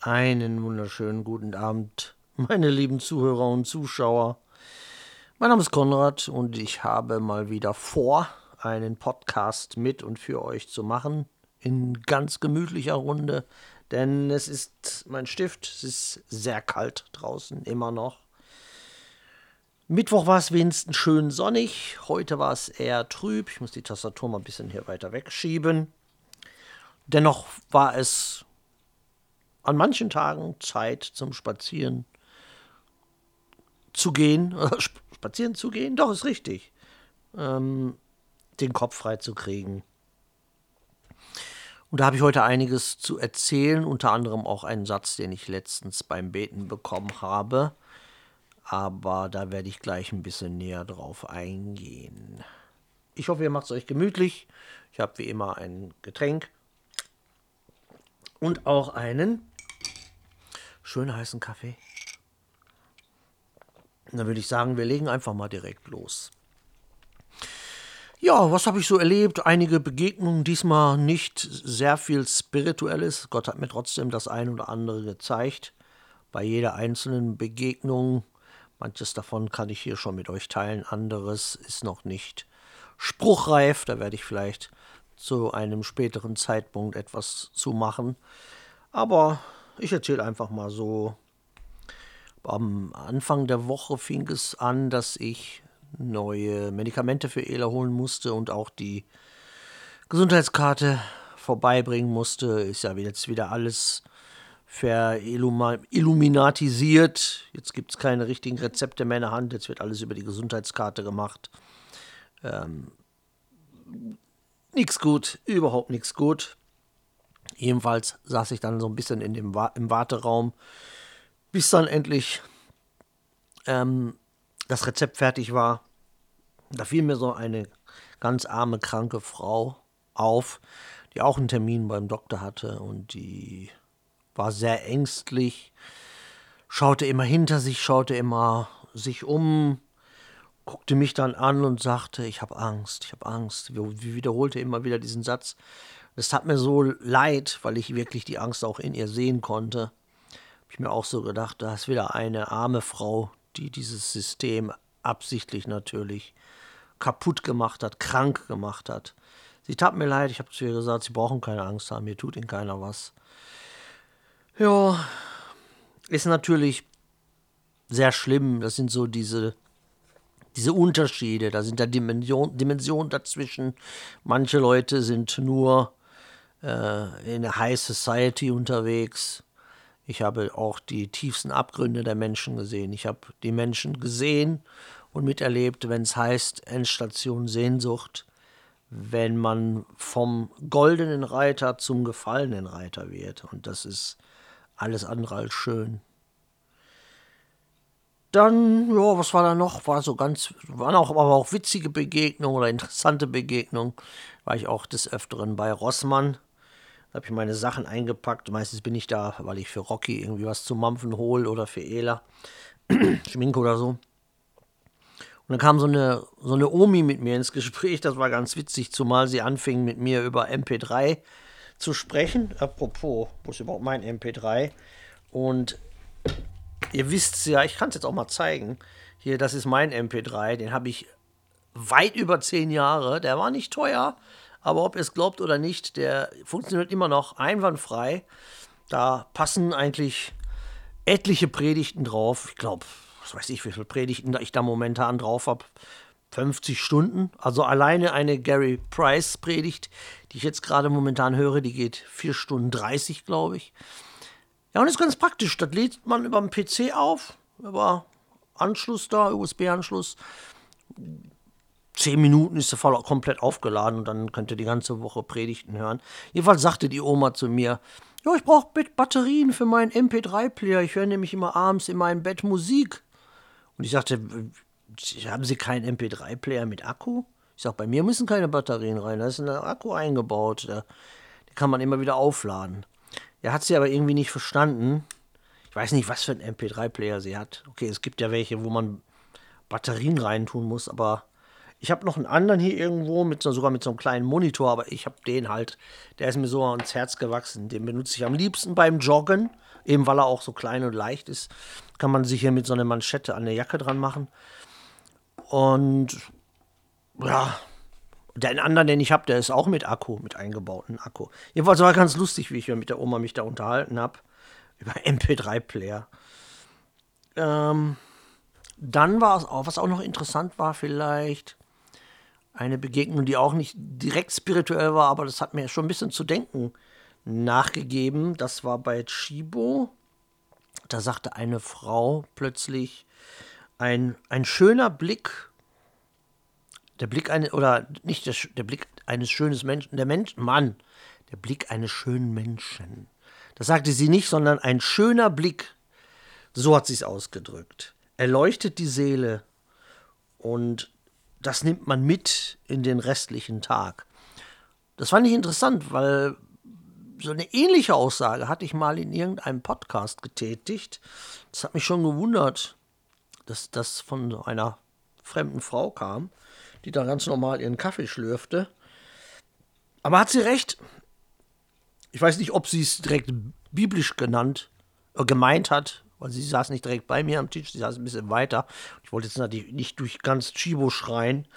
Einen wunderschönen guten Abend, meine lieben Zuhörer und Zuschauer. Mein Name ist Konrad und ich habe mal wieder vor, einen Podcast mit und für euch zu machen, in ganz gemütlicher Runde, denn es ist mein Stift, es ist sehr kalt draußen, immer noch. Mittwoch war es wenigstens schön sonnig, heute war es eher trüb, ich muss die Tastatur mal ein bisschen hier weiter wegschieben. Dennoch war es an manchen Tagen Zeit zum Spazieren zu gehen. Spazieren zu gehen? Doch, ist richtig. Den Kopf frei zu kriegen. Und da habe ich heute einiges zu erzählen, unter anderem auch einen Satz, den ich letztens beim Beten bekommen habe. Aber da werde ich gleich ein bisschen näher drauf eingehen. Ich hoffe, ihr macht es euch gemütlich. Ich habe wie immer ein Getränk und auch einen schönen heißen Kaffee. Dann würde ich sagen, wir legen einfach mal direkt los. Ja, was habe ich so erlebt? Einige Begegnungen, diesmal nicht sehr viel Spirituelles. Gott hat mir trotzdem das ein oder andere gezeigt. Bei jeder einzelnen Begegnung, manches davon kann ich hier schon mit euch teilen, anderes ist noch nicht spruchreif. Da werde ich vielleicht zu einem späteren Zeitpunkt etwas zu machen. Aber ich erzähle einfach mal so. Am Anfang der Woche fing es an, dass ich neue Medikamente für Ela holen musste und auch die Gesundheitskarte vorbeibringen musste. Ist ja jetzt wieder alles verilluminatisiert. Jetzt gibt es keine richtigen Rezepte mehr in der Hand. Jetzt wird alles über die Gesundheitskarte gemacht. Nichts gut, überhaupt nichts gut. Jedenfalls saß ich dann so ein bisschen im Warteraum, bis dann endlich das Rezept fertig war. Da fiel mir so eine ganz arme, kranke Frau auf, die auch einen Termin beim Doktor hatte und die war sehr ängstlich, schaute immer hinter sich, schaute immer sich um, guckte mich dann an und sagte, ich habe Angst, ich habe Angst. Sie wiederholte immer wieder diesen Satz. Es tat mir so leid, weil ich wirklich die Angst auch in ihr sehen konnte. Habe ich mir auch so gedacht, da ist wieder eine arme Frau, die dieses System absichtlich natürlich kaputt gemacht hat, krank gemacht hat. Sie tat mir leid, ich habe zu ihr gesagt, sie brauchen keine Angst haben, mir tut ihnen keiner was. Ja, ist natürlich sehr schlimm, das sind so diese Unterschiede, da sind da Dimensionen dazwischen. Manche Leute sind nur in der High Society unterwegs. Ich habe auch die tiefsten Abgründe der Menschen gesehen. Ich habe die Menschen gesehen und miterlebt, wenn es heißt Endstation Sehnsucht, wenn man vom goldenen Reiter zum gefallenen Reiter wird. Und das ist alles andere als schön. Dann, ja, was war da noch? Waren auch, aber auch witzige Begegnungen oder interessante Begegnungen. War ich auch des Öfteren bei Rossmann. Da habe ich meine Sachen eingepackt. Meistens bin ich da, weil ich für Rocky irgendwie was zu mampfen hole oder für Ela. Schminke oder so. Und dann kam so eine Omi mit mir ins Gespräch. Das war ganz witzig, zumal sie anfing mit mir über MP3 zu sprechen. Apropos, wo ist überhaupt mein MP3? Und ihr wisst ja, ich kann es jetzt auch mal zeigen. Hier, das ist mein MP3. Den habe ich weit über 10 Jahre. Der war nicht teuer. Aber ob ihr es glaubt oder nicht, der funktioniert immer noch einwandfrei. Da passen eigentlich etliche Predigten drauf. Ich glaube, was weiß ich, wie viele Predigten ich da momentan drauf habe. 50 Stunden. Also alleine eine Gary Price Predigt, die ich jetzt gerade momentan höre, die geht 4 Stunden 30, glaube ich. Ja, und ist ganz praktisch. Das lädt man über den PC auf, über Anschluss da, USB-Anschluss. 10 Minuten ist der Fall komplett aufgeladen und dann könnt ihr die ganze Woche Predigten hören. Jedenfalls sagte die Oma zu mir, ja, ich brauche Batterien für meinen MP3-Player. Ich höre nämlich immer abends in meinem Bett Musik. Und ich sagte, haben Sie keinen MP3-Player mit Akku? Ich sage, bei mir müssen keine Batterien rein. Da ist ein Akku eingebaut. Den kann man immer wieder aufladen. Er hat sie aber irgendwie nicht verstanden. Ich weiß nicht, was für einen MP3-Player sie hat. Okay, es gibt ja welche, wo man Batterien reintun muss, aber ich habe noch einen anderen hier irgendwo, sogar mit so einem kleinen Monitor, aber ich habe den halt, der ist mir so ans Herz gewachsen. Den benutze ich am liebsten beim Joggen. Eben weil er auch so klein und leicht ist, kann man sich hier mit so einer Manschette an der Jacke dran machen. Und ja, den anderen, den ich habe, der ist auch mit Akku, mit eingebautem Akku. Jedenfalls war ganz lustig, wie ich mit der Oma mich da unterhalten habe. Über MP3-Player. Dann war es auch, was auch noch interessant war, vielleicht eine Begegnung, die auch nicht direkt spirituell war, aber das hat mir schon ein bisschen zu denken nachgegeben. Das war bei Chibo. Da sagte eine Frau plötzlich, ein schöner Blick, der Blick der Blick eines schönen Menschen, der Blick eines schönen Menschen. Das sagte sie nicht, sondern ein schöner Blick, so hat sie es ausgedrückt. Er leuchtet die Seele und das nimmt man mit in den restlichen Tag. Das fand ich interessant, weil so eine ähnliche Aussage hatte ich mal in irgendeinem Podcast getätigt. Das hat mich schon gewundert, dass das von so einer fremden Frau kam, die da ganz normal ihren Kaffee schlürfte. Aber hat sie recht? Ich weiß nicht, ob sie es direkt biblisch gemeint hat, weil sie saß nicht direkt bei mir am Tisch, sie saß ein bisschen weiter. Ich wollte jetzt natürlich nicht durch ganz Chibo schreien.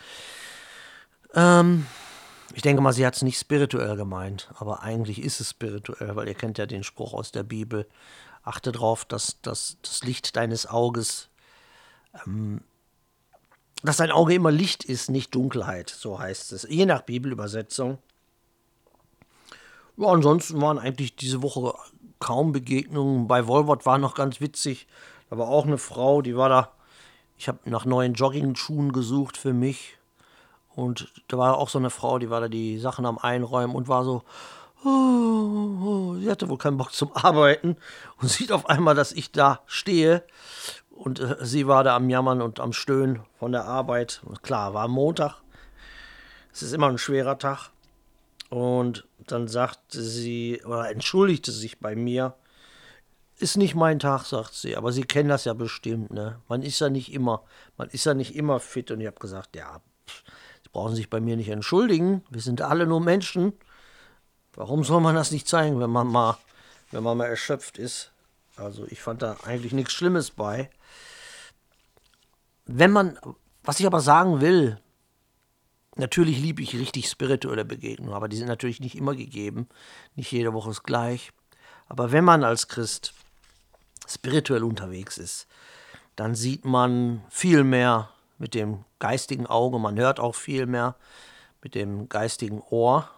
Ich denke mal, sie hat es nicht spirituell gemeint, aber eigentlich ist es spirituell, weil ihr kennt ja den Spruch aus der Bibel. Achte darauf, dass das Licht deines Auges, dass dein Auge immer Licht ist, nicht Dunkelheit, so heißt es, je nach Bibelübersetzung. Ja, ansonsten waren eigentlich diese Woche kaum Begegnungen. Bei Wolwort war noch ganz witzig, da war auch eine Frau, die war da, ich habe nach neuen Jogging-Schuhen gesucht für mich. Und da war auch so eine Frau, die war da die Sachen am Einräumen und war so, sie hatte wohl keinen Bock zum Arbeiten und sieht auf einmal, dass ich da stehe und sie war da am Jammern und am Stöhnen von der Arbeit. Und klar, war Montag, es ist immer ein schwerer Tag. Und dann sagte sie, oder entschuldigte sich bei mir, ist nicht mein Tag, sagt sie, aber Sie kennen das ja bestimmt, ne? Man ist ja nicht immer fit. Und ich habe gesagt, ja, Sie brauchen sich bei mir nicht entschuldigen. Wir sind alle nur Menschen. Warum soll man das nicht zeigen, wenn man mal erschöpft ist? Also ich fand da eigentlich nichts Schlimmes bei. Was ich aber sagen will, natürlich liebe ich richtig spirituelle Begegnungen, aber die sind natürlich nicht immer gegeben. Nicht jede Woche ist gleich. Aber wenn man als Christ spirituell unterwegs ist, dann sieht man viel mehr mit dem geistigen Auge, man hört auch viel mehr mit dem geistigen Ohr.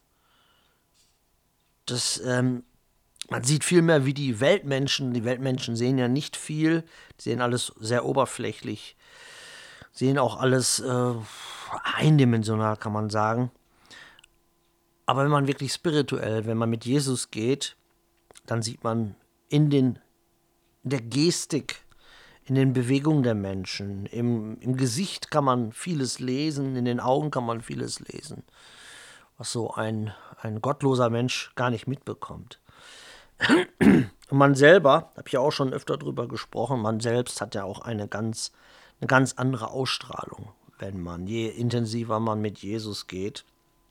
Man sieht viel mehr wie die Weltmenschen sehen ja nicht viel, die sehen alles sehr oberflächlich, sehen auch alles eindimensional, kann man sagen. Aber wenn man wirklich spirituell, wenn man mit Jesus geht, dann sieht man in der Gestik, in den Bewegungen der Menschen, im Gesicht kann man vieles lesen, in den Augen kann man vieles lesen, was so ein gottloser Mensch gar nicht mitbekommt. Und man selber, habe ich ja auch schon öfter drüber gesprochen, man selbst hat ja auch eine ganz andere Ausstrahlung, je intensiver man mit Jesus geht.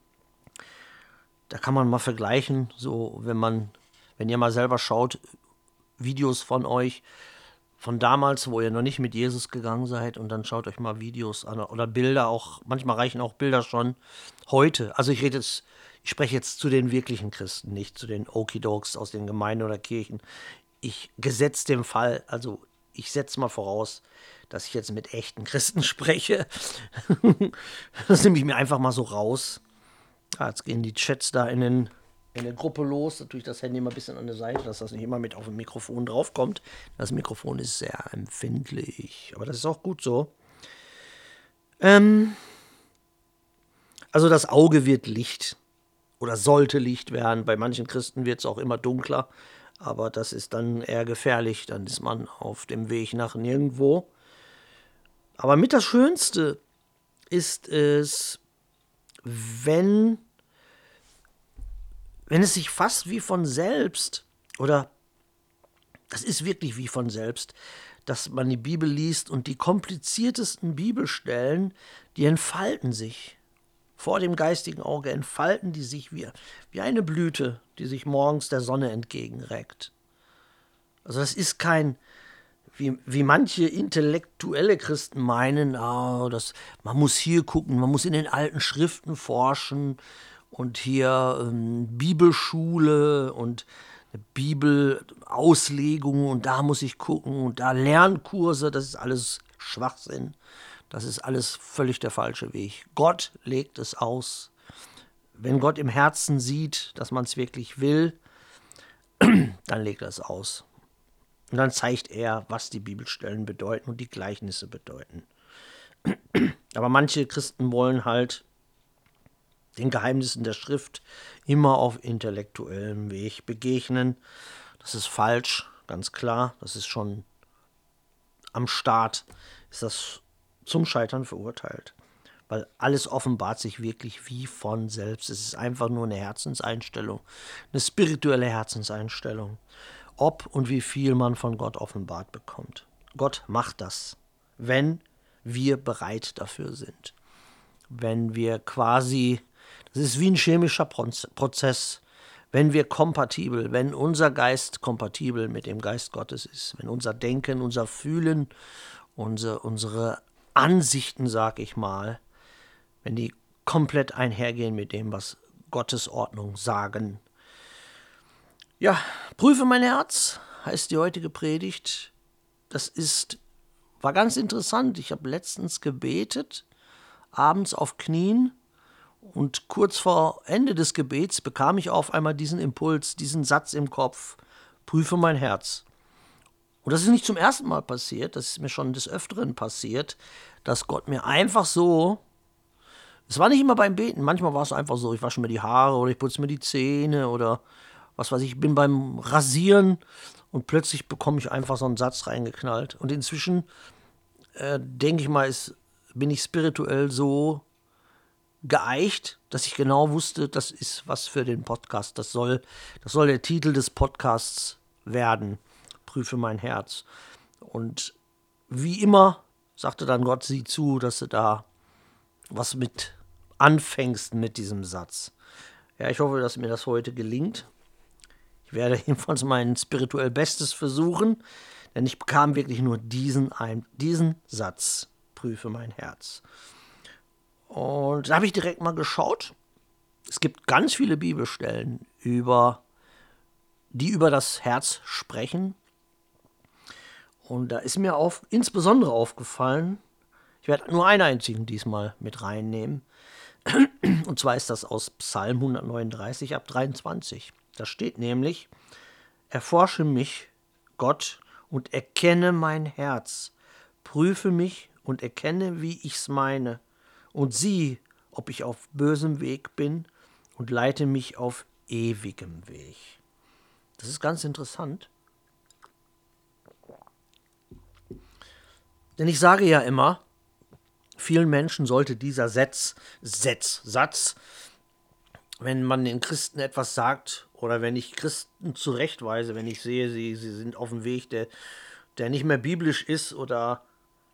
Da kann man mal vergleichen, so wenn ihr mal selber schaut, Videos von euch, von damals, wo ihr noch nicht mit Jesus gegangen seid, und dann schaut euch mal Videos an oder Bilder auch, manchmal reichen auch Bilder schon heute. Also ich spreche jetzt zu den wirklichen Christen, nicht zu den Okidokes aus den Gemeinden oder Kirchen. Gesetzt dem Fall, also ich setze mal voraus, dass ich jetzt mit echten Christen spreche. Das nehme ich mir einfach mal so raus. Jetzt gehen die Chats da in der Gruppe los. Natürlich das Handy mal ein bisschen an der Seite, dass das nicht immer mit auf dem Mikrofon draufkommt. Das Mikrofon ist sehr empfindlich, aber das ist auch gut so. Also das Auge wird Licht oder sollte Licht werden. Bei manchen Christen wird es auch immer dunkler, aber das ist dann eher gefährlich. Dann ist man auf dem Weg nach nirgendwo. Aber mit das Schönste ist es, wenn es sich fast wie von selbst, oder das ist wirklich wie von selbst, dass man die Bibel liest und die kompliziertesten Bibelstellen, die entfalten sich. Vor dem geistigen Auge entfalten die sich wie eine Blüte, die sich morgens der Sonne entgegenreckt. Also das ist kein, wie manche intellektuelle Christen meinen, man muss hier gucken, man muss in den alten Schriften forschen und hier Bibelschule und Bibelauslegung und da muss ich gucken und da Lernkurse, das ist alles Schwachsinn. Das ist alles völlig der falsche Weg. Gott legt es aus. Wenn Gott im Herzen sieht, dass man es wirklich will, dann legt er es aus. Und dann zeigt er, was die Bibelstellen bedeuten und die Gleichnisse bedeuten. Aber manche Christen wollen halt den Geheimnissen der Schrift immer auf intellektuellem Weg begegnen. Das ist falsch, ganz klar. Das ist schon am Start, ist das zum Scheitern verurteilt. Weil alles offenbart sich wirklich wie von selbst. Es ist einfach nur eine Herzenseinstellung, eine spirituelle Herzenseinstellung. Ob und wie viel man von Gott offenbart bekommt. Gott macht das, wenn wir bereit dafür sind. Wenn wir quasi, das ist wie ein chemischer Prozess, wenn wir kompatibel, wenn unser Geist kompatibel mit dem Geist Gottes ist, wenn unser Denken, unser Fühlen, unsere Ansichten, sag ich mal, wenn die komplett einhergehen mit dem, was Gottes Ordnung sagen. Ja, prüfe mein Herz, heißt die heutige Predigt. War ganz interessant. Ich habe letztens gebetet, abends auf Knien, und kurz vor Ende des Gebets bekam ich auf einmal diesen Impuls, diesen Satz im Kopf: Prüfe mein Herz. Und das ist nicht zum ersten Mal passiert, das ist mir schon des Öfteren passiert, dass Gott mir einfach so, es war nicht immer beim Beten, manchmal war es einfach so, ich wasche mir die Haare oder ich putze mir die Zähne oder was weiß ich bin beim Rasieren und plötzlich bekomme ich einfach so einen Satz reingeknallt. Und inzwischen, denke ich mal, bin ich spirituell so geeicht, dass ich genau wusste, das ist was für den Podcast. Das soll der Titel des Podcasts werden. Prüfe mein Herz. Und wie immer sagte dann Gott, sieh zu, dass du da was mit anfängst mit diesem Satz. Ja, ich hoffe, dass mir das heute gelingt. Ich werde jedenfalls mein spirituell Bestes versuchen, denn ich bekam wirklich nur diesen Satz, prüfe mein Herz. Und da habe ich direkt mal geschaut. Es gibt ganz viele Bibelstellen, die über das Herz sprechen. Und da ist mir insbesondere aufgefallen, ich werde nur einen einzigen diesmal mit reinnehmen. Und zwar ist das aus Psalm 139 ab 23. Da steht nämlich: Erforsche mich, Gott, und erkenne mein Herz. Prüfe mich und erkenne, wie ich's meine. Und sieh, ob ich auf bösem Weg bin, und leite mich auf ewigem Weg. Das ist ganz interessant. Denn ich sage ja immer, vielen Menschen sollte dieser Satz, wenn man den Christen etwas sagt oder wenn ich Christen zurechtweise, wenn ich sehe, sie sind auf dem Weg, der nicht mehr biblisch ist, oder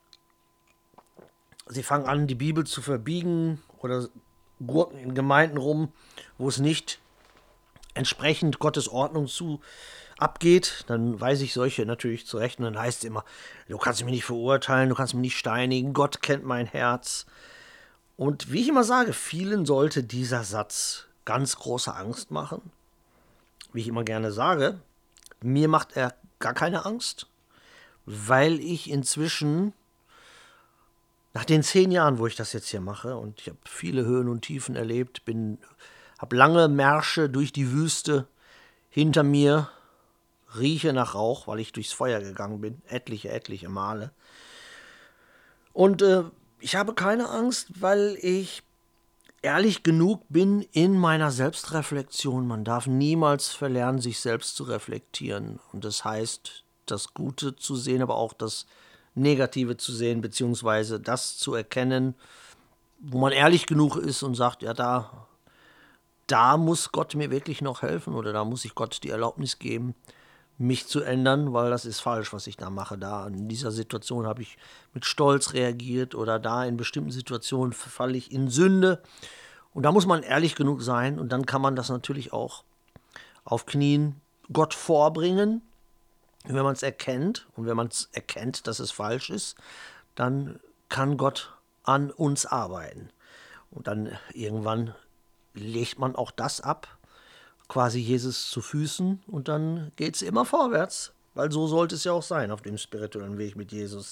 sie fangen an, die Bibel zu verbiegen oder gurken in Gemeinden rum, wo es nicht entsprechend Gottes Ordnung abgeht, dann weise ich solche natürlich zurecht und dann heißt es immer, du kannst mich nicht verurteilen, du kannst mich nicht steinigen, Gott kennt mein Herz. Und wie ich immer sage, vielen sollte dieser Satz ganz große Angst machen. Wie ich immer gerne sage, mir macht er gar keine Angst, weil ich inzwischen, nach den 10 Jahren, wo ich das jetzt hier mache, und ich habe viele Höhen und Tiefen erlebt, habe lange Märsche durch die Wüste hinter mir, rieche nach Rauch, weil ich durchs Feuer gegangen bin, etliche Male. Und ich habe keine Angst, weil ich ehrlich genug bin in meiner Selbstreflexion. Man darf niemals verlernen, sich selbst zu reflektieren. Und das heißt, das Gute zu sehen, aber auch das Negative zu sehen, beziehungsweise das zu erkennen, wo man ehrlich genug ist und sagt, ja, da muss Gott mir wirklich noch helfen oder da muss ich Gott die Erlaubnis geben, mich zu ändern, weil das ist falsch, was ich da mache. Da in dieser Situation habe ich mit Stolz reagiert oder da in bestimmten Situationen falle ich in Sünde. Und da muss man ehrlich genug sein und dann kann man das natürlich auch auf Knien Gott vorbringen Und wenn man es erkennt und wenn man es erkennt, dass es falsch ist, dann kann Gott an uns arbeiten. Und dann irgendwann legt man auch das ab, quasi Jesus zu Füßen, und dann geht es immer vorwärts, weil so sollte es ja auch sein auf dem spirituellen Weg mit Jesus.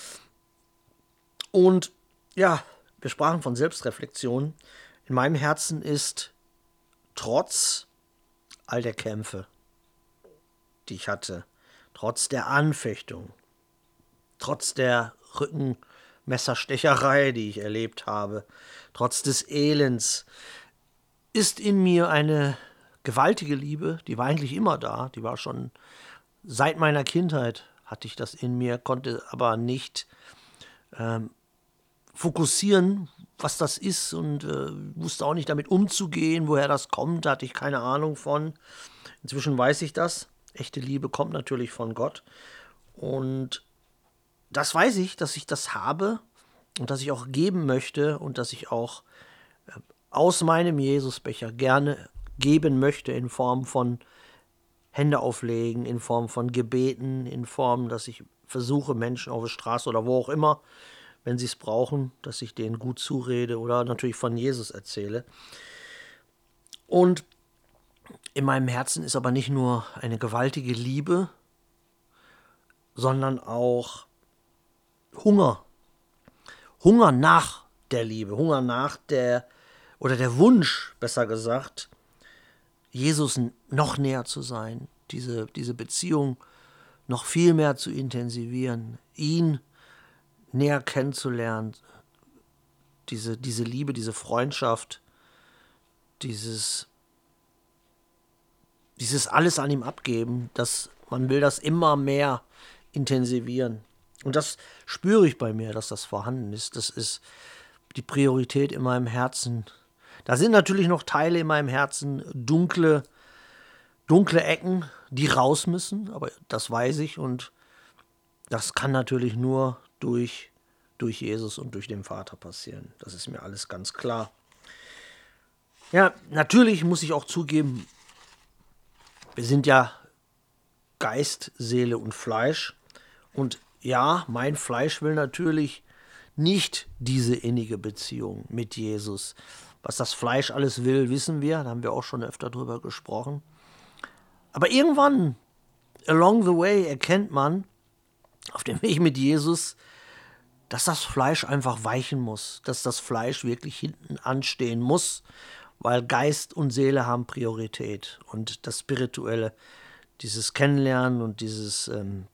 Und ja, wir sprachen von Selbstreflexion. In meinem Herzen ist trotz all der Kämpfe, die ich hatte, trotz der Anfechtung, trotz der Rückenmesserstecherei, die ich erlebt habe, trotz des Elends, ist in mir eine gewaltige Liebe, die war eigentlich immer da, die war schon seit meiner Kindheit, hatte ich das in mir, konnte aber nicht fokussieren, was das ist, und wusste auch nicht damit umzugehen, woher das kommt, da hatte ich keine Ahnung von. Inzwischen weiß ich das. Echte Liebe kommt natürlich von Gott. Und das weiß ich, dass ich das habe und dass ich auch geben möchte und dass ich auch aus meinem Jesusbecher gerne geben möchte in Form von Hände auflegen, in Form von Gebeten, in Form, dass ich versuche, Menschen auf der Straße oder wo auch immer, wenn sie es brauchen, dass ich denen gut zurede oder natürlich von Jesus erzähle. Und in meinem Herzen ist aber nicht nur eine gewaltige Liebe, sondern auch Hunger. Hunger nach der Liebe, Hunger nach der, oder der Wunsch, besser gesagt, Jesus noch näher zu sein, diese Beziehung noch viel mehr zu intensivieren, ihn näher kennenzulernen, diese Liebe, diese Freundschaft, dieses alles an ihm abgeben, man will das immer mehr intensivieren. Und das spüre ich bei mir, dass das vorhanden ist. Das ist die Priorität in meinem Herzen. Da sind natürlich noch Teile in meinem Herzen, dunkle Ecken, die raus müssen, aber das weiß ich, und das kann natürlich nur durch Jesus und durch den Vater passieren. Das ist mir alles ganz klar. Ja, natürlich muss ich auch zugeben, wir sind ja Geist, Seele und Fleisch. Und ja, mein Fleisch will natürlich nicht diese innige Beziehung mit Jesus. Was das Fleisch alles will, wissen wir. Da haben wir auch schon öfter drüber gesprochen. Aber irgendwann, along the way, erkennt man auf dem Weg mit Jesus, dass das Fleisch einfach weichen muss. Dass das Fleisch wirklich hinten anstehen muss. Weil Geist und Seele haben Priorität. Und das Spirituelle, dieses Kennenlernen und dieses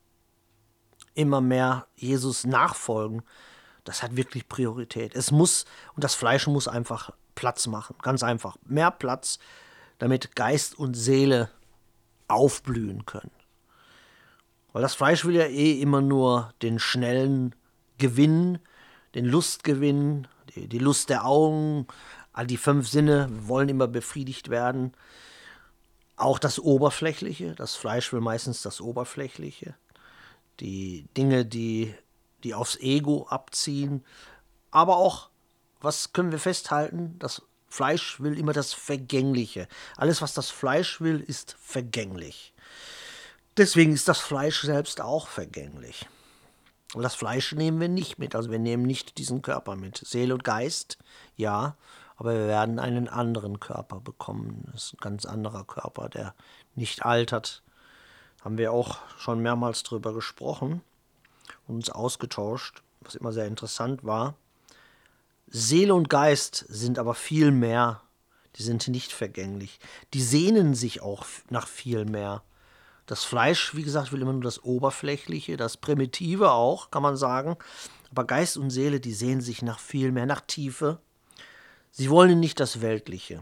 immer mehr Jesus nachfolgen, das hat wirklich Priorität. Es muss, und das Fleisch muss einfach Platz machen. Ganz einfach. Mehr Platz, damit Geist und Seele aufblühen können. Weil das Fleisch will ja immer nur den schnellen Gewinn, den Lustgewinn, die Lust der Augen, all die 5 Sinne wollen immer befriedigt werden. Auch das Oberflächliche, das Fleisch will meistens das Oberflächliche. Die Dinge, die aufs Ego abziehen. Aber auch, was können wir festhalten? Das Fleisch will immer das Vergängliche. Alles, was das Fleisch will, ist vergänglich. Deswegen ist das Fleisch selbst auch vergänglich. Und das Fleisch nehmen wir nicht mit. Also wir nehmen nicht diesen Körper mit. Seele und Geist, ja, aber wir werden einen anderen Körper bekommen. Das ist ein ganz anderer Körper, der nicht altert. Haben wir auch schon mehrmals drüber gesprochen und uns ausgetauscht, was immer sehr interessant war. Seele und Geist sind aber viel mehr. Die sind nicht vergänglich. Die sehnen sich auch nach viel mehr. Das Fleisch, wie gesagt, will immer nur das Oberflächliche, das Primitive auch, kann man sagen. Aber Geist und Seele, die sehnen sich nach viel mehr, nach Tiefe. Sie wollen nicht das Weltliche,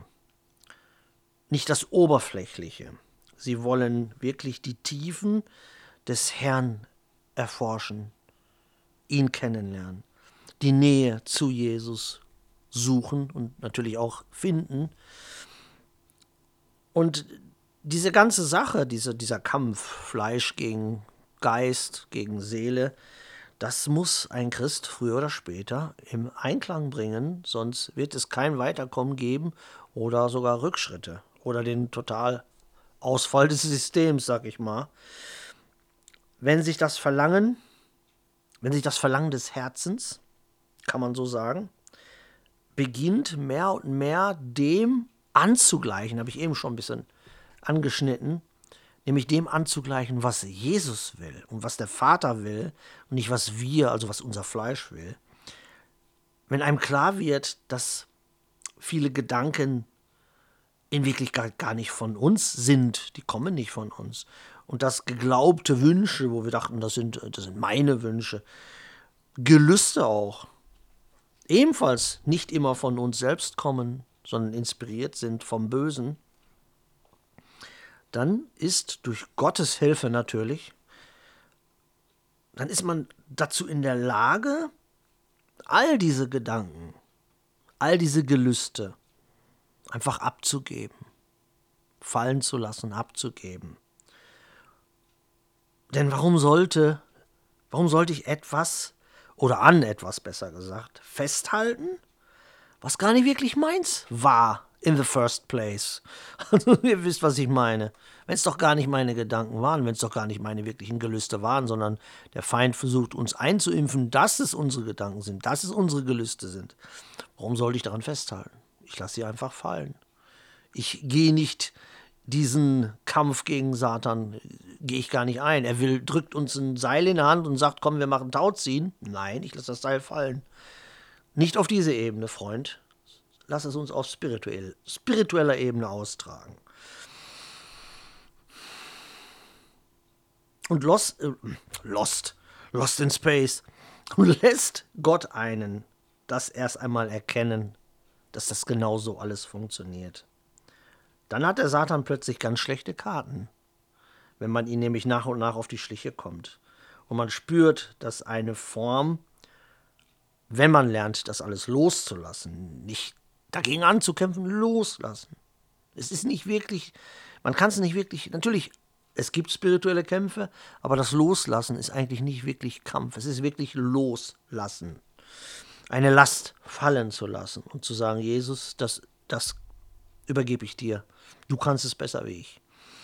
nicht das Oberflächliche. Sie wollen wirklich die Tiefen des Herrn erforschen, ihn kennenlernen, die Nähe zu Jesus suchen und natürlich auch finden. Und diese ganze Sache, dieser Kampf, Fleisch gegen Geist, gegen Seele, das muss ein Christ früher oder später im Einklang bringen, sonst wird es kein Weiterkommen geben oder sogar Rückschritte oder den Totalausfall des Systems, sag ich mal. wenn sich das Verlangen des Herzens, kann man so sagen, beginnt mehr und mehr dem anzugleichen, habe ich eben schon ein bisschen angeschnitten, nämlich dem anzugleichen, was Jesus will und was der Vater will und nicht was wir, also was unser Fleisch will. Wenn einem klar wird, dass viele Gedanken in Wirklichkeit gar nicht von uns sind, die kommen nicht von uns. Und dass geglaubte Wünsche, wo wir dachten, das sind meine Wünsche, Gelüste auch, ebenfalls nicht immer von uns selbst kommen, sondern inspiriert sind vom Bösen, dann ist durch Gottes Hilfe natürlich, dann ist man dazu in der Lage, all diese Gedanken, all diese Gelüste einfach abzugeben, fallen zu lassen, abzugeben. Denn warum sollte ich etwas, oder an etwas besser gesagt, festhalten, was gar nicht wirklich meins war in the first place? Also ihr wisst, was ich meine. Wenn es doch gar nicht meine Gedanken waren, wenn es doch gar nicht meine wirklichen Gelüste waren, sondern der Feind versucht uns einzuimpfen, dass es unsere Gedanken sind, dass es unsere Gelüste sind. Warum sollte ich daran festhalten? Ich lasse sie einfach fallen. Ich gehe nicht diesen Kampf gegen Satan, gehe ich gar nicht ein. Er drückt uns ein Seil in die Hand und sagt, komm, wir machen Tauziehen. Nein, ich lasse das Seil fallen. Nicht auf diese Ebene, Freund. Lass es uns auf spiritueller Ebene austragen. Und Lost in Space, und lässt Gott einen das erst einmal erkennen, dass das genauso alles funktioniert. Dann hat der Satan plötzlich ganz schlechte Karten, wenn man ihn nämlich nach und nach auf die Schliche kommt. Und man spürt, dass eine Form, wenn man lernt, das alles loszulassen, nicht dagegen anzukämpfen, loslassen. Es ist nicht wirklich, man kann es nicht wirklich, natürlich, es gibt spirituelle Kämpfe, aber das Loslassen ist eigentlich nicht wirklich Kampf. Es ist wirklich Loslassen. Eine Last fallen zu lassen und zu sagen, Jesus, das übergebe ich dir. Du kannst es besser wie ich.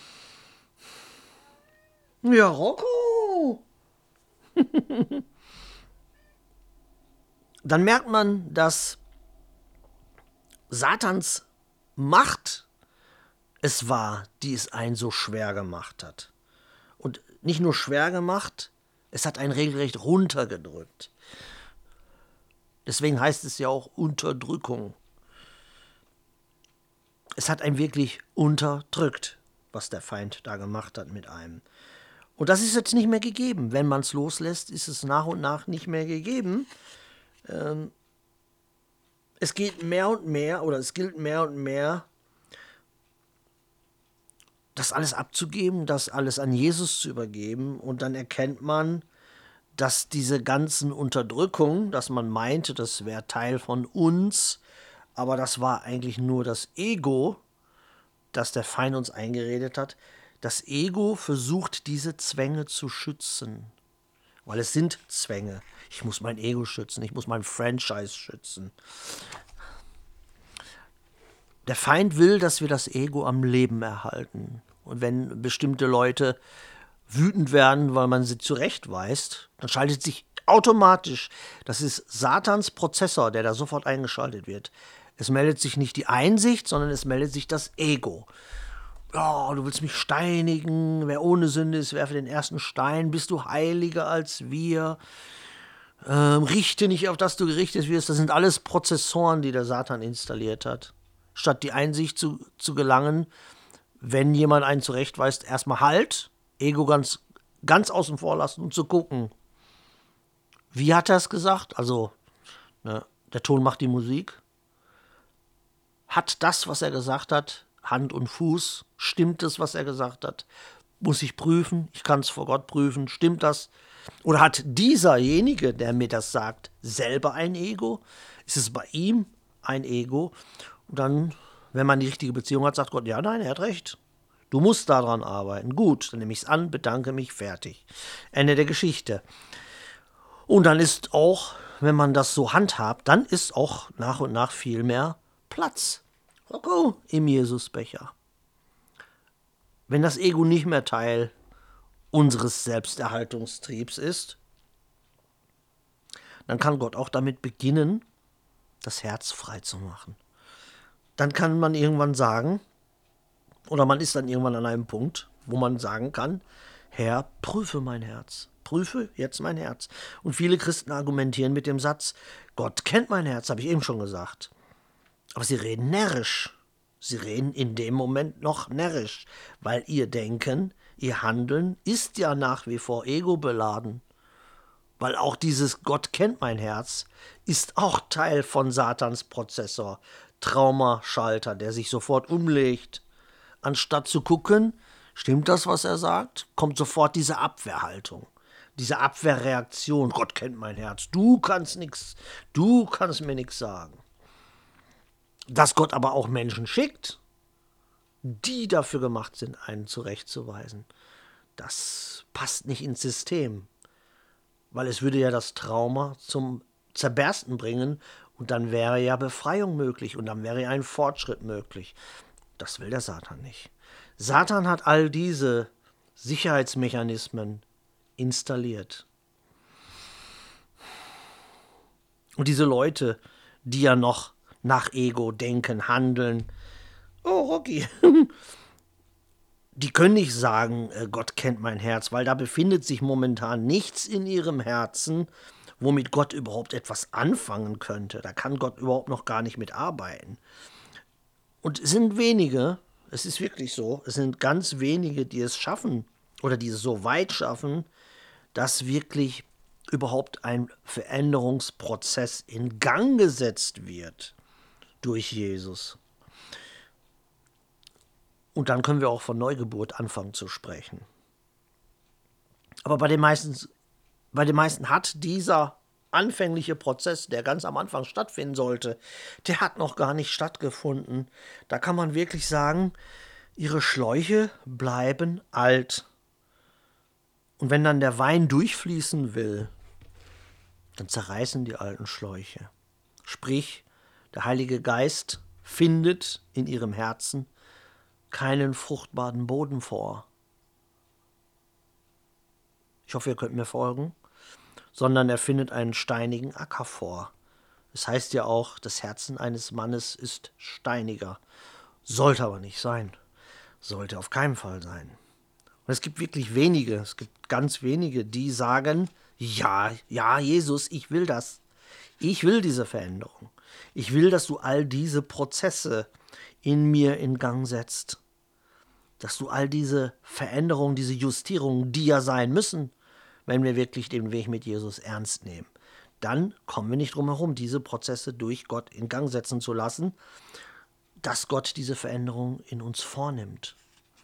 Ja, Rocco! Dann merkt man, dass Satans Macht es war, die es einen so schwer gemacht hat. Und nicht nur schwer gemacht, es hat einen regelrecht runtergedrückt. Deswegen heißt es ja auch Unterdrückung. Es hat einen wirklich unterdrückt, was der Feind da gemacht hat mit einem. Und das ist jetzt nicht mehr gegeben. Wenn man es loslässt, ist es nach und nach nicht mehr gegeben. Es geht mehr und mehr, oder es gilt mehr und mehr, das alles abzugeben, das alles an Jesus zu übergeben. Und dann erkennt man, dass diese ganzen Unterdrückungen, dass man meinte, das wäre Teil von uns, aber das war eigentlich nur das Ego, das der Feind uns eingeredet hat. Das Ego versucht, diese Zwänge zu schützen, weil es sind Zwänge. Ich muss mein Ego schützen, ich muss mein Franchise schützen. Der Feind will, dass wir das Ego am Leben erhalten. Und wenn bestimmte Leute wütend werden, weil man sie zurechtweist, dann schaltet sich automatisch, das ist Satans Prozessor, der da sofort eingeschaltet wird. Es meldet sich nicht die Einsicht, sondern es meldet sich das Ego. Oh, du willst mich steinigen, wer ohne Sünde ist, werfe den ersten Stein, bist du heiliger als wir, richte nicht auf das du gerichtet wirst. Das sind alles Prozessoren, die der Satan installiert hat. Statt die Einsicht zu gelangen, wenn jemand einen zurechtweist, erstmal Halt, Ego ganz außen vor lassen und zu gucken. Wie hat er es gesagt? Also, ne, der Ton macht die Musik. Hat das, was er gesagt hat, Hand und Fuß? Stimmt es, was er gesagt hat? Muss ich prüfen? Ich kann es vor Gott prüfen. Stimmt das? Oder hat dieserjenige, der mir das sagt, selber ein Ego? Ist es bei ihm ein Ego? Und dann, wenn man die richtige Beziehung hat, sagt Gott, ja, nein, er hat recht. Du musst daran arbeiten. Gut, dann nehme ich es an, bedanke mich, fertig. Ende der Geschichte. Und dann ist auch, wenn man das so handhabt, dann ist auch nach und nach viel mehr Platz im Jesusbecher. Wenn das Ego nicht mehr Teil unseres Selbsterhaltungstriebs ist, dann kann Gott auch damit beginnen, das Herz frei zu machen. Dann kann man irgendwann sagen, oder man ist dann irgendwann an einem Punkt, wo man sagen kann, Herr, prüfe mein Herz. Prüfe jetzt mein Herz. Und viele Christen argumentieren mit dem Satz, Gott kennt mein Herz, habe ich eben schon gesagt. Aber sie reden närrisch. Sie reden in dem Moment noch närrisch, weil ihr Denken, ihr Handeln ist ja nach wie vor ego-beladen. Weil auch dieses Gott kennt mein Herz ist auch Teil von Satans Prozessor, Traumaschalter, der sich sofort umlegt. Anstatt zu gucken, stimmt das, was er sagt, kommt sofort diese Abwehrhaltung, diese Abwehrreaktion. Gott kennt mein Herz, du kannst mir nichts sagen. Dass Gott aber auch Menschen schickt, die dafür gemacht sind, einen zurechtzuweisen, das passt nicht ins System. Weil es würde ja das Trauma zum Zerbersten bringen und dann wäre ja Befreiung möglich und dann wäre ja ein Fortschritt möglich. Das will der Satan nicht. Satan hat all diese Sicherheitsmechanismen installiert. Und diese Leute, die ja noch nach Ego denken, handeln, oh Rocky, die können nicht sagen, Gott kennt mein Herz, weil da befindet sich momentan nichts in ihrem Herzen, womit Gott überhaupt etwas anfangen könnte. Da kann Gott überhaupt noch gar nicht mitarbeiten. Und es sind wenige, es ist wirklich so, es sind ganz wenige, die es schaffen oder die es so weit schaffen, dass wirklich überhaupt ein Veränderungsprozess in Gang gesetzt wird durch Jesus. Und dann können wir auch von Neugeburt anfangen zu sprechen. Aber bei den meisten hat dieser anfängliche Prozess, der ganz am Anfang stattfinden sollte, der hat noch gar nicht stattgefunden. Da kann man wirklich sagen, ihre Schläuche bleiben alt. Und wenn dann der Wein durchfließen will, dann zerreißen die alten Schläuche. Sprich, der Heilige Geist findet in ihrem Herzen keinen fruchtbaren Boden vor. Ich hoffe, ihr könnt mir folgen. Sondern er findet einen steinigen Acker vor. Es heißt ja auch, das Herzen eines Mannes ist steiniger. Sollte aber nicht sein. Sollte auf keinen Fall sein. Und es gibt wirklich wenige, es gibt ganz wenige, die sagen, ja, Jesus, ich will das. Ich will diese Veränderung. Ich will, dass du all diese Prozesse in mir in Gang setzt. Dass du all diese Veränderungen, diese Justierungen, die ja sein müssen, wenn wir wirklich den Weg mit Jesus ernst nehmen. Dann kommen wir nicht drum herum, diese Prozesse durch Gott in Gang setzen zu lassen, dass Gott diese Veränderung in uns vornimmt.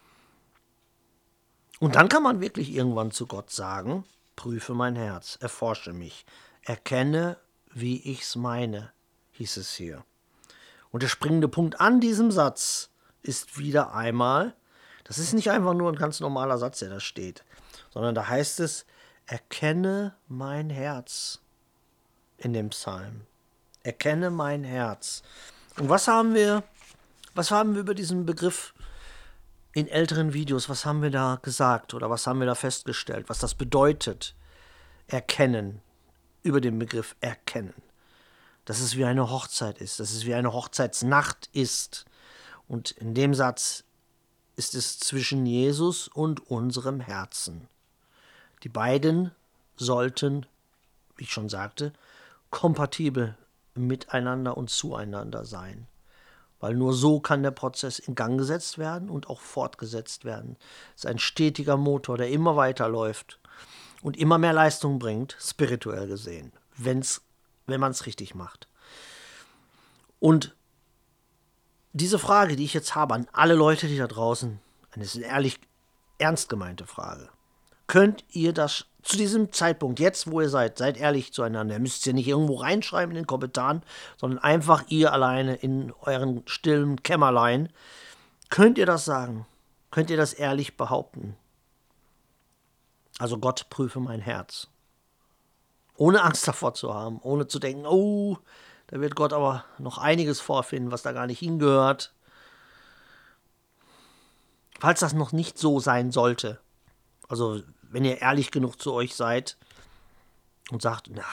Und dann kann man wirklich irgendwann zu Gott sagen, prüfe mein Herz, erforsche mich, erkenne, wie ich's meine, hieß es hier. Und der springende Punkt an diesem Satz ist wieder einmal, das ist nicht einfach nur ein ganz normaler Satz, der da steht, sondern da heißt es, erkenne mein Herz in dem Psalm. Erkenne mein Herz. Und was haben wir über diesen Begriff in älteren Videos, was haben wir da gesagt oder was haben wir da festgestellt, was das bedeutet? Erkennen, über den Begriff erkennen. Dass es wie eine Hochzeit ist, dass es wie eine Hochzeitsnacht ist. Und in dem Satz ist es zwischen Jesus und unserem Herzen. Die beiden sollten, wie ich schon sagte, kompatibel miteinander und zueinander sein. Weil nur so kann der Prozess in Gang gesetzt werden und auch fortgesetzt werden. Es ist ein stetiger Motor, der immer weiterläuft und immer mehr Leistung bringt, spirituell gesehen, wenn man es richtig macht. Und diese Frage, die ich jetzt habe an alle Leute, die da draußen, eine ehrlich ernst gemeinte Frage. Könnt ihr das zu diesem Zeitpunkt, jetzt wo ihr seid ehrlich zueinander. Ihr müsst es ja nicht irgendwo reinschreiben in den Kommentaren, sondern einfach ihr alleine in euren stillen Kämmerlein. Könnt ihr das sagen? Könnt ihr das ehrlich behaupten? Also Gott prüfe mein Herz. Ohne Angst davor zu haben, ohne zu denken, oh, da wird Gott aber noch einiges vorfinden, was da gar nicht hingehört. Falls das noch nicht so sein sollte, also wenn ihr ehrlich genug zu euch seid und sagt, na,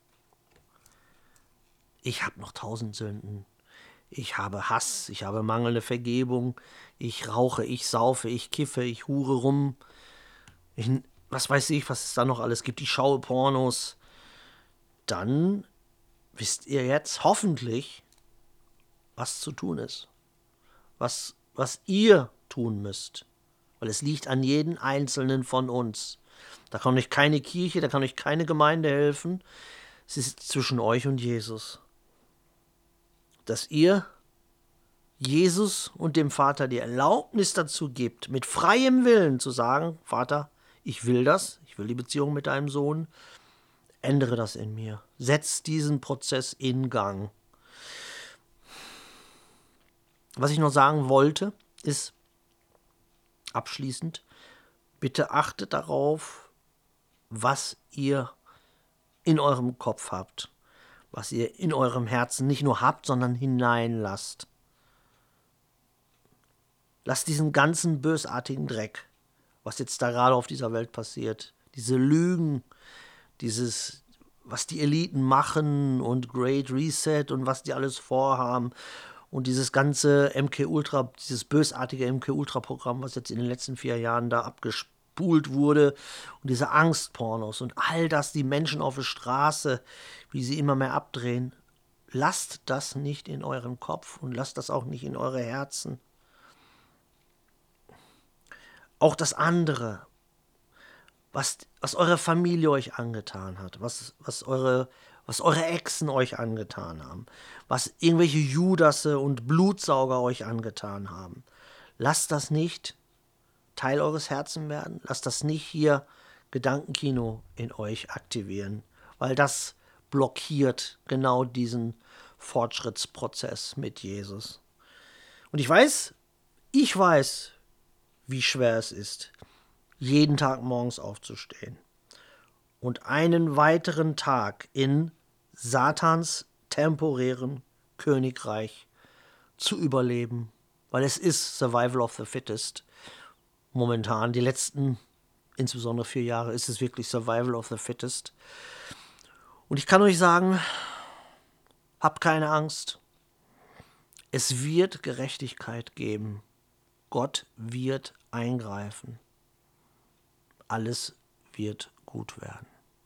ich habe noch 1000 Sünden. Ich habe Hass, ich habe mangelnde Vergebung, ich rauche, ich saufe, ich kiffe, ich hure rum. Was weiß ich, was es da noch alles gibt, ich schaue Pornos. Dann wisst ihr jetzt hoffentlich, was zu tun ist. Was ihr tun müsst. Weil es liegt an jedem Einzelnen von uns. Da kann euch keine Kirche, da kann euch keine Gemeinde helfen. Es ist zwischen euch und Jesus. Dass ihr Jesus und dem Vater die Erlaubnis dazu gibt, mit freiem Willen zu sagen, Vater, ich will das, ich will die Beziehung mit deinem Sohn, ändere das in mir. Setz diesen Prozess in Gang. Was ich noch sagen wollte, ist abschließend, bitte achtet darauf, was ihr in eurem Kopf habt, was ihr in eurem Herzen nicht nur habt, sondern hineinlasst. Lasst diesen ganzen bösartigen Dreck, was jetzt da gerade auf dieser Welt passiert, diese Lügen, was die Eliten machen und Great Reset und was die alles vorhaben und dieses ganze MK-Ultra, dieses bösartige MK-Ultra-Programm, was jetzt in den letzten 4 Jahren da abgespult wurde und diese Angstpornos und all das, die Menschen auf der Straße, wie sie immer mehr abdrehen, lasst das nicht in euren Kopf und lasst das auch nicht in eure Herzen. Auch das andere, was eure Familie euch angetan hat, was eure Exen euch angetan haben, was irgendwelche Judasse und Blutsauger euch angetan haben. Lasst das nicht Teil eures Herzens werden. Lasst das nicht hier Gedankenkino in euch aktivieren, weil das blockiert genau diesen Fortschrittsprozess mit Jesus. Und ich weiß, wie schwer es ist, jeden Tag morgens aufzustehen und einen weiteren Tag in Satans temporärem Königreich zu überleben, weil es ist Survival of the Fittest. Momentan, die letzten, insbesondere 4 Jahre, ist es wirklich Survival of the Fittest. Und ich kann euch sagen, habt keine Angst. Es wird Gerechtigkeit geben. Gott wird eingreifen. Alles wird gut werden.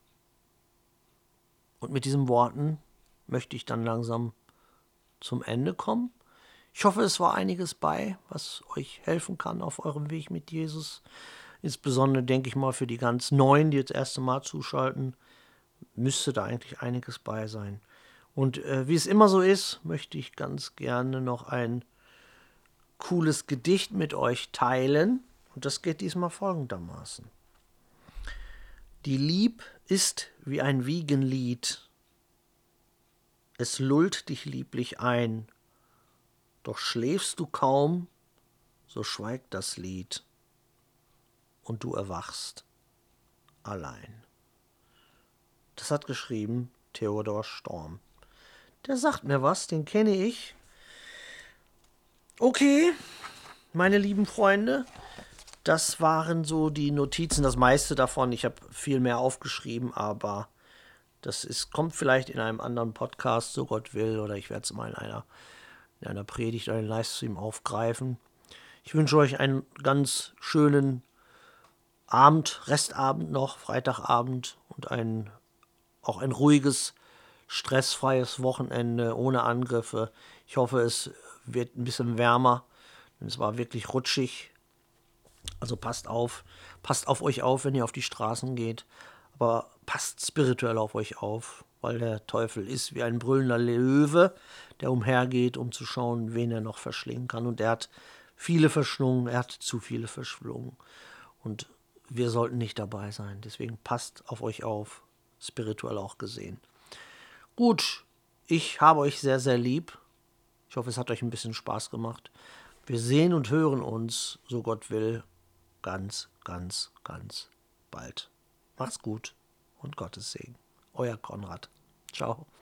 Und mit diesen Worten möchte ich dann langsam zum Ende kommen. Ich hoffe, es war einiges bei, was euch helfen kann auf eurem Weg mit Jesus. Insbesondere denke ich mal für die ganz Neuen, die jetzt das erste Mal zuschalten, müsste da eigentlich einiges bei sein. Und wie es immer so ist, möchte ich ganz gerne noch ein cooles Gedicht mit euch teilen. Und das geht diesmal folgendermaßen. Die Lieb ist wie ein Wiegenlied. Es lullt dich lieblich ein. Doch schläfst du kaum, so schweigt das Lied. Und du erwachst allein. Das hat geschrieben Theodor Storm. Der sagt mir was, den kenne ich. Okay, meine lieben Freunde, das waren so die Notizen, das meiste davon. Ich habe viel mehr aufgeschrieben, aber kommt vielleicht in einem anderen Podcast, so Gott will, oder ich werde es mal in einer Predigt oder einem Livestream aufgreifen. Ich wünsche euch einen ganz schönen Abend, Restabend noch, Freitagabend und auch ein ruhiges, stressfreies Wochenende ohne Angriffe. Ich hoffe, es wird ein bisschen wärmer, denn es war wirklich rutschig. Also passt auf euch auf, wenn ihr auf die Straßen geht, aber passt spirituell auf euch auf, weil der Teufel ist wie ein brüllender Löwe, der umhergeht, um zu schauen, wen er noch verschlingen kann. Und er hat viele verschlungen, er hat zu viele verschlungen. Und wir sollten nicht dabei sein. Deswegen passt auf euch auf, spirituell auch gesehen. Gut, ich habe euch sehr, sehr lieb. Ich hoffe, es hat euch ein bisschen Spaß gemacht. Wir sehen und hören uns, so Gott will, ganz, ganz, ganz bald. Macht's gut und Gottes Segen. Euer Konrad. Ciao.